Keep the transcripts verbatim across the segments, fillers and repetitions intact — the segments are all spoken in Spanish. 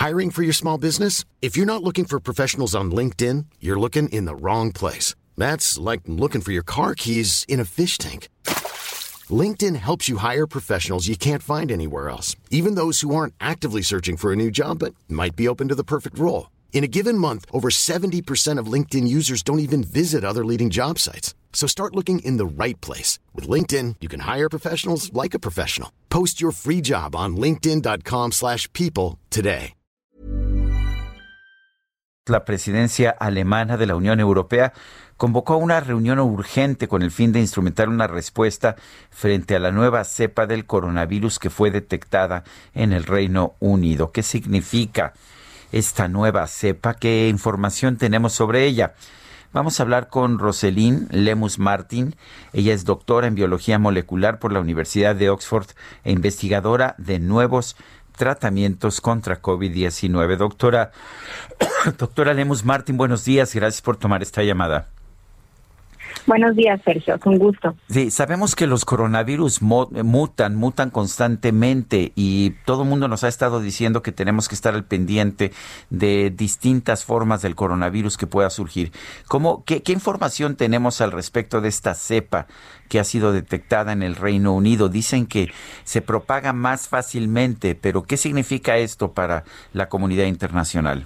Hiring for your small business? If you're not looking for professionals on LinkedIn, you're looking in the wrong place. That's like looking for your car keys in a fish tank. LinkedIn helps you hire professionals you can't find anywhere else, even those who aren't actively searching for a new job but might be open to the perfect role. In a given month, over seventy percent of LinkedIn users don't even visit other leading job sites. So start looking in the right place. With LinkedIn, you can hire professionals like a professional. Post your free job on linkedin dot com slash people today. La presidencia alemana de la Unión Europea convocó una reunión urgente con el fin de instrumentar una respuesta frente a la nueva cepa del coronavirus que fue detectada en el Reino Unido. ¿Qué significa esta nueva cepa? ¿Qué información tenemos sobre ella? Vamos a hablar con Rosalind Lemus Martin. Ella es doctora en biología molecular por la Universidad de Oxford e investigadora de nuevos tratamientos contra COVID diecinueve. Doctora, doctora Lemus Martin, buenos días. Gracias por tomar esta llamada. Buenos días, Sergio, con gusto. Sí, sabemos que los coronavirus mutan, mutan constantemente y todo el mundo nos ha estado diciendo que tenemos que estar al pendiente de distintas formas del coronavirus que pueda surgir. ¿Cómo, qué, qué información tenemos al respecto de esta cepa que ha sido detectada en el Reino Unido? Dicen que se propaga más fácilmente, pero ¿qué significa esto para la comunidad internacional?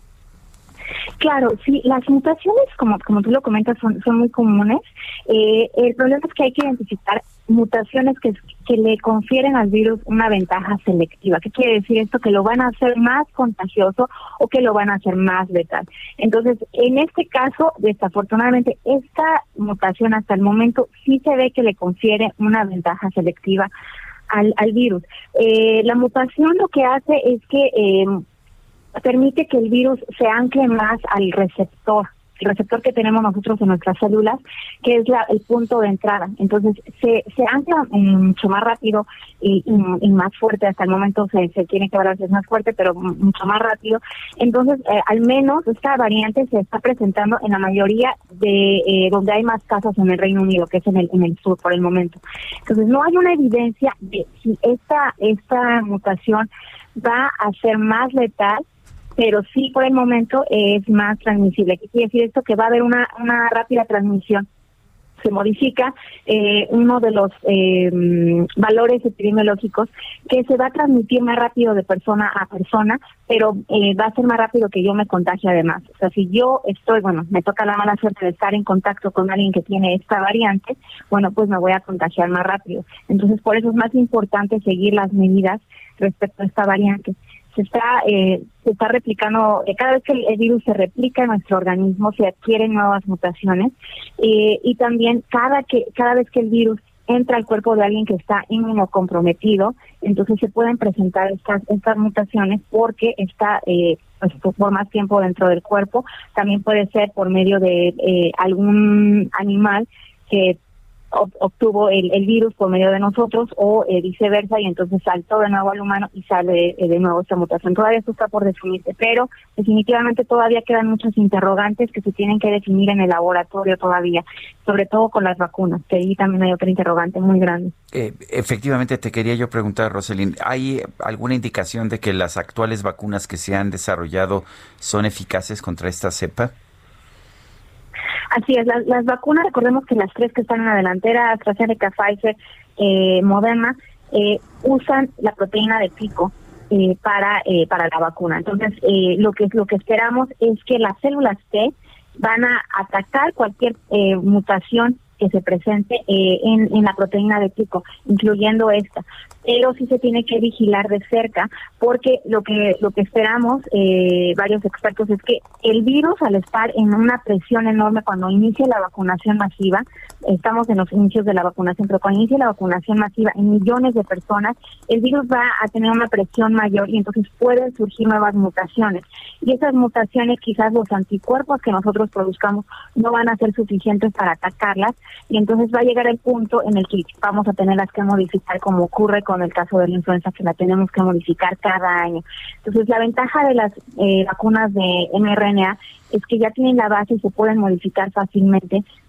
Claro, sí, las mutaciones, como como tú lo comentas, son, son muy comunes. Eh, el problema es que hay que identificar mutaciones que, que le confieren al virus una ventaja selectiva. ¿Qué quiere decir esto? Que lo van a hacer más contagioso o que lo van a hacer más letal. Entonces, en este caso, desafortunadamente, esta mutación hasta el momento sí se ve que le confiere una ventaja selectiva al, al virus. Eh, la mutación lo que hace es que eh, permite que el virus se ancle más al receptor, el receptor que tenemos nosotros en nuestras células, que es la, el punto de entrada. Entonces, se, se ancla mucho más rápido y, y, y más fuerte. Hasta el momento se, se tiene que hablar si es más fuerte, pero mucho más rápido. Entonces, eh, al menos esta variante se está presentando en la mayoría de eh, donde hay más casos en el Reino Unido, que es en el, en el sur por el momento. Entonces, no hay una evidencia de si esta, esta mutación va a ser más letal, pero sí por el momento es más transmisible. ¿Qué quiere decir esto? Que va a haber una, una rápida transmisión. Se modifica eh, uno de los eh, valores epidemiológicos que se va a transmitir más rápido de persona a persona, pero eh, va a ser más rápido que yo me contagie además. O sea, si yo estoy, bueno, me toca la mala suerte de estar en contacto con alguien que tiene esta variante, bueno, pues me voy a contagiar más rápido. Entonces, por eso es más importante seguir las medidas respecto a esta variante. Se está eh, se está replicando, eh, cada vez que el, el virus se replica en nuestro organismo se adquieren nuevas mutaciones eh, y también cada que cada vez que el virus entra al cuerpo de alguien que está inmunocomprometido, entonces se pueden presentar estas estas mutaciones porque está eh, pues, por más tiempo dentro del cuerpo. También puede ser por medio de eh, algún animal que obtuvo el, el virus por medio de nosotros o eh, viceversa, y entonces saltó de nuevo al humano y sale eh, de nuevo esta mutación. Todavía esto está por definirse, pero definitivamente todavía quedan muchos interrogantes que se tienen que definir en el laboratorio todavía, sobre todo con las vacunas, que ahí también hay otro interrogante muy grande. Eh, efectivamente, te quería yo preguntar, Rosalind, ¿hay alguna indicación de que las actuales vacunas que se han desarrollado son eficaces contra esta cepa? Así es, las, las vacunas, recordemos que las tres que están en la delantera, AstraZeneca, Pfizer, eh, Moderna, eh, usan la proteína de pico eh, para eh, para la vacuna. Entonces, eh, lo que lo que esperamos es que las células T van a atacar cualquier eh, mutación que se presente eh, en, en la proteína de pico, incluyendo esta. Pero sí se tiene que vigilar de cerca, porque lo que lo que esperamos eh, varios expertos es que el virus, al estar en una presión enorme cuando inicie la vacunación masiva, estamos en los inicios de la vacunación, pero cuando inicie la vacunación masiva en millones de personas, el virus va a tener una presión mayor y entonces pueden surgir nuevas mutaciones. Y esas mutaciones, quizás los anticuerpos que nosotros produzcamos no van a ser suficientes para atacarlas, y entonces va a llegar el punto en el que vamos a tenerlas que modificar, como ocurre con el caso de la influenza, que la tenemos que modificar cada año. Entonces, la ventaja de las eh, vacunas de eme erre ene a es que ya tienen la base y se pueden modificar fácilmente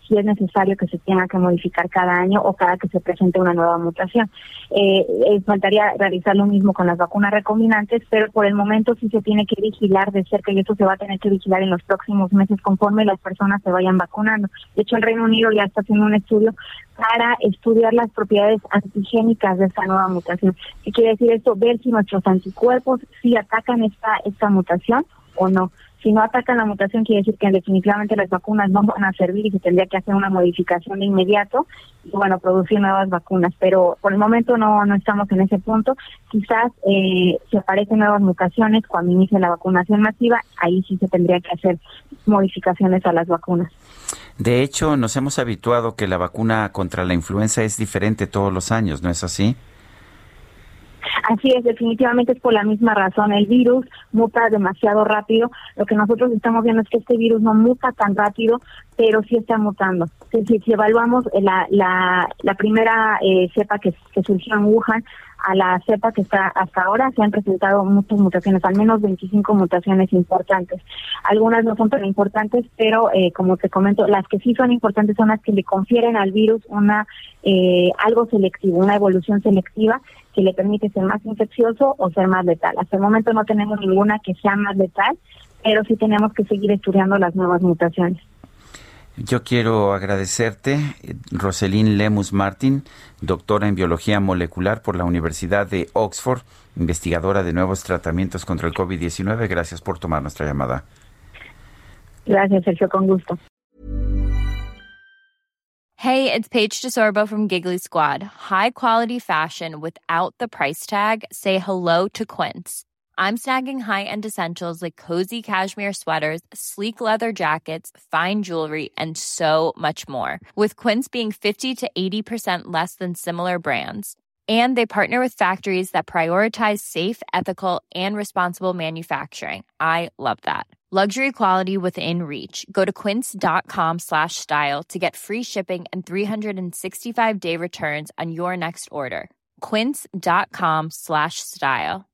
si es necesario que se tenga que modificar cada año o cada que se presente una nueva mutación. Eh, eh, faltaría realizar lo mismo con las vacunas recombinantes, pero por el momento sí se tiene que vigilar de cerca y esto se va a tener que vigilar en los próximos meses conforme las personas se vayan vacunando. De hecho, el Reino Unido ya está haciendo un estudio para estudiar las propiedades antigénicas de esta nueva mutación. ¿Qué quiere decir esto? Ver si nuestros anticuerpos sí atacan esta, esta mutación o no. Si no atacan la mutación, quiere decir que definitivamente las vacunas no van a servir y se tendría que hacer una modificación de inmediato y, bueno, producir nuevas vacunas. Pero por el momento no no estamos en ese punto. Quizás eh, si aparecen nuevas mutaciones cuando inicie la vacunación masiva, ahí sí se tendría que hacer modificaciones a las vacunas. De hecho, nos hemos habituado que la vacuna contra la influenza es diferente todos los años, ¿no es así? Así es, definitivamente es por la misma razón. El virus muta demasiado rápido. Lo que nosotros estamos viendo es que este virus no muta tan rápido, pero sí está mutando. Si, si, si evaluamos la, la, la primera eh, cepa que, que surgió en Wuhan, a la cepa que está hasta ahora se han presentado muchas mutaciones, al menos veinticinco mutaciones importantes. Algunas no son tan importantes, pero eh, como te comento, las que sí son importantes son las que le confieren al virus una eh, algo selectivo, una evolución selectiva que le permite ser más infeccioso o ser más letal. Hasta el momento no tenemos ninguna que sea más letal, pero sí tenemos que seguir estudiando las nuevas mutaciones. Yo quiero agradecerte, Roselyn Lemus Martin, doctora en Biología Molecular por la Universidad de Oxford, investigadora de nuevos tratamientos contra el COVID diecinueve. Gracias por tomar nuestra llamada. Gracias, Sergio, con gusto. Hey, it's Paige DeSorbo from Giggly Squad. High quality fashion without the price tag. Say hello to Quince. I'm snagging high-end essentials like cozy cashmere sweaters, sleek leather jackets, fine jewelry, and so much more. With Quince being fifty to eighty percent less than similar brands. And they partner with factories that prioritize safe, ethical, and responsible manufacturing. I love that. Luxury quality within reach. Go to quince.com slash style to get free shipping and three sixty-five day returns on your next order. Quince.com slash style.